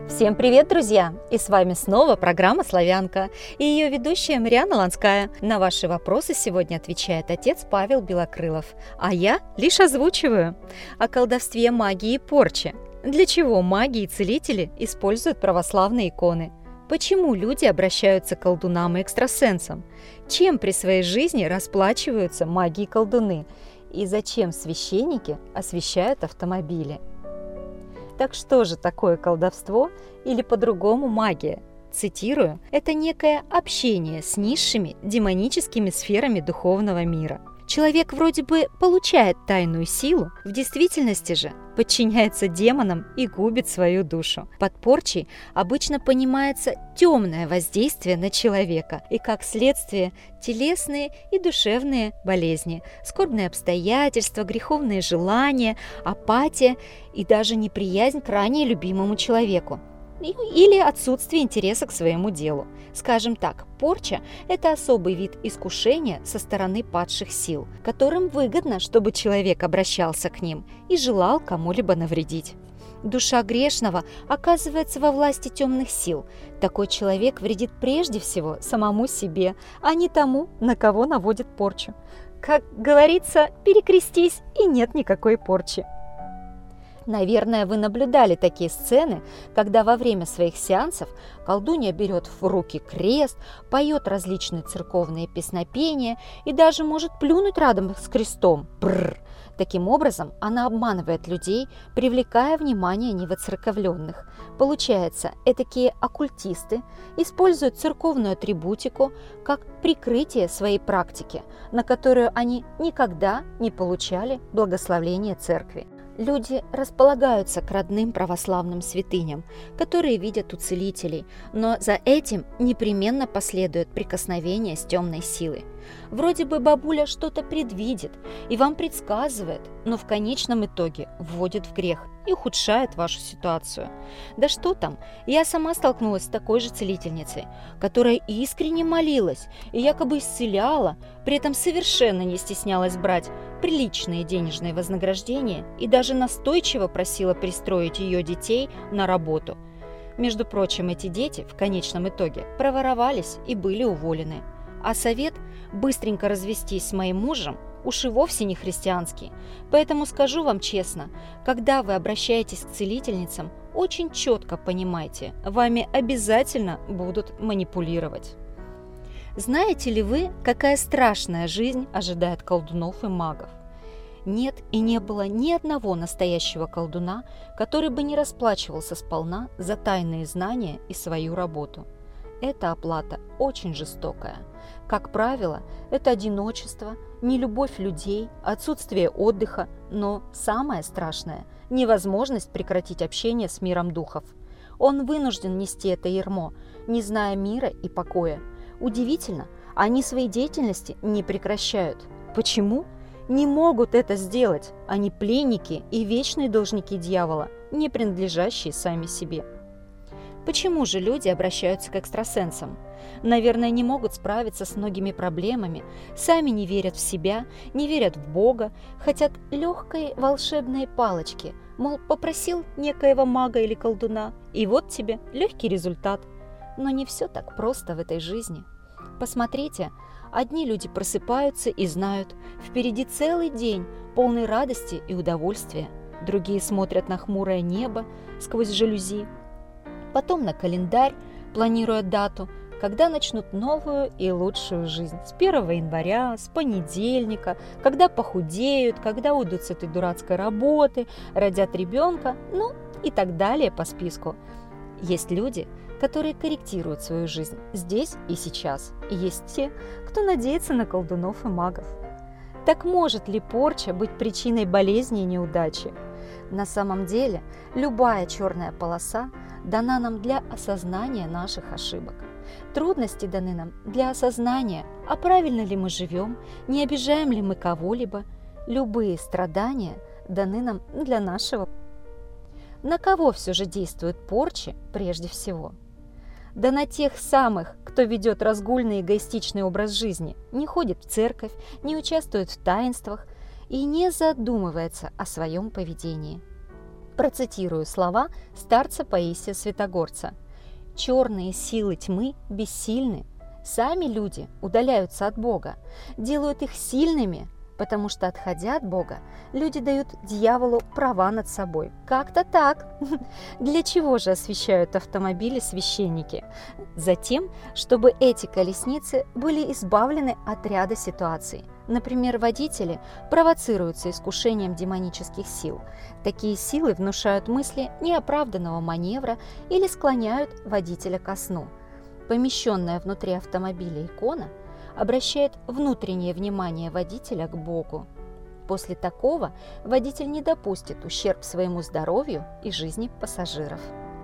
Всем привет, друзья! И с вами снова программа «Славянка» и ее ведущая Марианна Ланская. На ваши вопросы сегодня отвечает отец Павел Белокрылов, а я лишь озвучиваю о колдовстве, магии и порче. Для чего маги и целители используют православные иконы? Почему люди обращаются к колдунам и экстрасенсам? Чем при своей жизни расплачиваются маги и колдуны? И зачем священники освещают автомобили? Так что же такое колдовство или по-другому магия? Цитирую, это некое общение с низшими демоническими сферами духовного мира. Человек вроде бы получает тайную силу, в действительности же подчиняется демонам и губит свою душу. Под порчей обычно понимается темное воздействие на человека и, как следствие, телесные и душевные болезни, скорбные обстоятельства, греховные желания, апатия и даже неприязнь к ранее любимому человеку или отсутствие интереса к своему делу. Скажем так, порча – это особый вид искушения со стороны падших сил, которым выгодно, чтобы человек обращался к ним и желал кому-либо навредить. Душа грешного оказывается во власти темных сил. Такой человек вредит прежде всего самому себе, а не тому, на кого наводит порчу. Как говорится, перекрестись, и нет никакой порчи. Наверное, вы наблюдали такие сцены, когда во время своих сеансов колдунья берет в руки крест, поет различные церковные песнопения и даже может плюнуть рядом с крестом. Бррр! Таким образом, она обманывает людей, привлекая внимание невоцерковленных. Получается, этакие оккультисты используют церковную атрибутику как прикрытие своей практики, на которую они никогда не получали благословения церкви. Люди располагаются к родным православным святыням, которые видят у целителей, но за этим непременно последует прикосновение с темной силой. Вроде бы бабуля что-то предвидит и вам предсказывает, но в конечном итоге вводит в грех и ухудшает вашу ситуацию. Да что там, я сама столкнулась с такой же целительницей, которая искренне молилась и якобы исцеляла, при этом совершенно не стеснялась брать приличные денежные вознаграждения и даже настойчиво просила пристроить ее детей на работу. Между прочим, эти дети в конечном итоге проворовались и были уволены. А совет быстренько развестись с моим мужем уж и вовсе не христианский. Поэтому скажу вам честно, когда вы обращаетесь к целительницам, очень четко понимайте, вами обязательно будут манипулировать. Знаете ли вы, какая страшная жизнь ожидает колдунов и магов? Нет и не было ни одного настоящего колдуна, который бы не расплачивался сполна за тайные знания и свою работу. Эта оплата очень жестокая. Как правило, это одиночество, нелюбовь людей, отсутствие отдыха, но самое страшное – невозможность прекратить общение с миром духов. Он вынужден нести это ярмо, не зная мира и покоя. Удивительно, они своей деятельности не прекращают. Почему? Не могут это сделать. Они пленники и вечные должники дьявола, не принадлежащие сами себе. Почему же люди обращаются к экстрасенсам? Наверное, не могут справиться с многими проблемами, сами не верят в себя, не верят в Бога, хотят легкой волшебной палочки, мол, попросил некоего мага или колдуна, и вот тебе легкий результат. Но не все так просто в этой жизни. Посмотрите, одни люди просыпаются и знают, впереди целый день, полный радости и удовольствия. Другие смотрят на хмурое небо сквозь жалюзи, потом на календарь, планируя дату, когда начнут новую и лучшую жизнь. С 1 января, с понедельника, когда похудеют, когда уйдут с этой дурацкой работы, родят ребенка, ну и так далее по списку. Есть люди, которые корректируют свою жизнь здесь и сейчас. И есть те, кто надеется на колдунов и магов. Так может ли порча быть причиной болезни и неудачи? На самом деле, любая черная полоса дана нам для осознания наших ошибок. Трудности даны нам для осознания, а правильно ли мы живем, не обижаем ли мы кого-либо. Любые страдания даны нам для нашего. На кого все же действует порча прежде всего? Да на тех самых, кто ведет разгульный эгоистичный образ жизни, не ходит в церковь, не участвует в таинствах и не задумывается о своем поведении. Процитирую слова старца Паисия Святогорца. «Черные силы тьмы бессильны. Сами люди удаляются от Бога, делают их сильными, потому что, отходя от Бога, люди дают дьяволу права над собой». Как-то так. Для чего же освещают автомобили священники? Затем, чтобы эти колесницы были избавлены от ряда ситуаций. Например, водители провоцируются искушением демонических сил. Такие силы внушают мысли неоправданного маневра или склоняют водителя ко сну. Помещенная внутри автомобиля икона обращает внутреннее внимание водителя к Богу. После такого водитель не допустит ущерб своему здоровью и жизни пассажиров.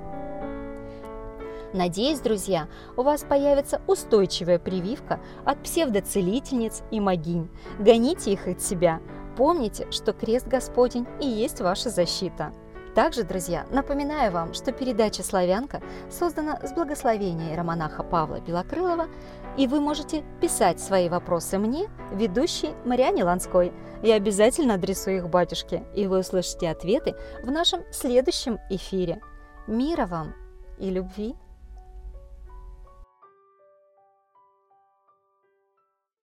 Надеюсь, друзья, у вас появится устойчивая прививка от псевдоцелительниц и могинь. Гоните их от себя. Помните, что крест Господень и есть ваша защита. Также, друзья, напоминаю вам, что передача «Славянка» создана с благословения иеромонаха Павла Белокрылова, и вы можете писать свои вопросы мне, ведущей Марианне Ланской. Я обязательно адресую их батюшке, и вы услышите ответы в нашем следующем эфире. Мира вам и любви!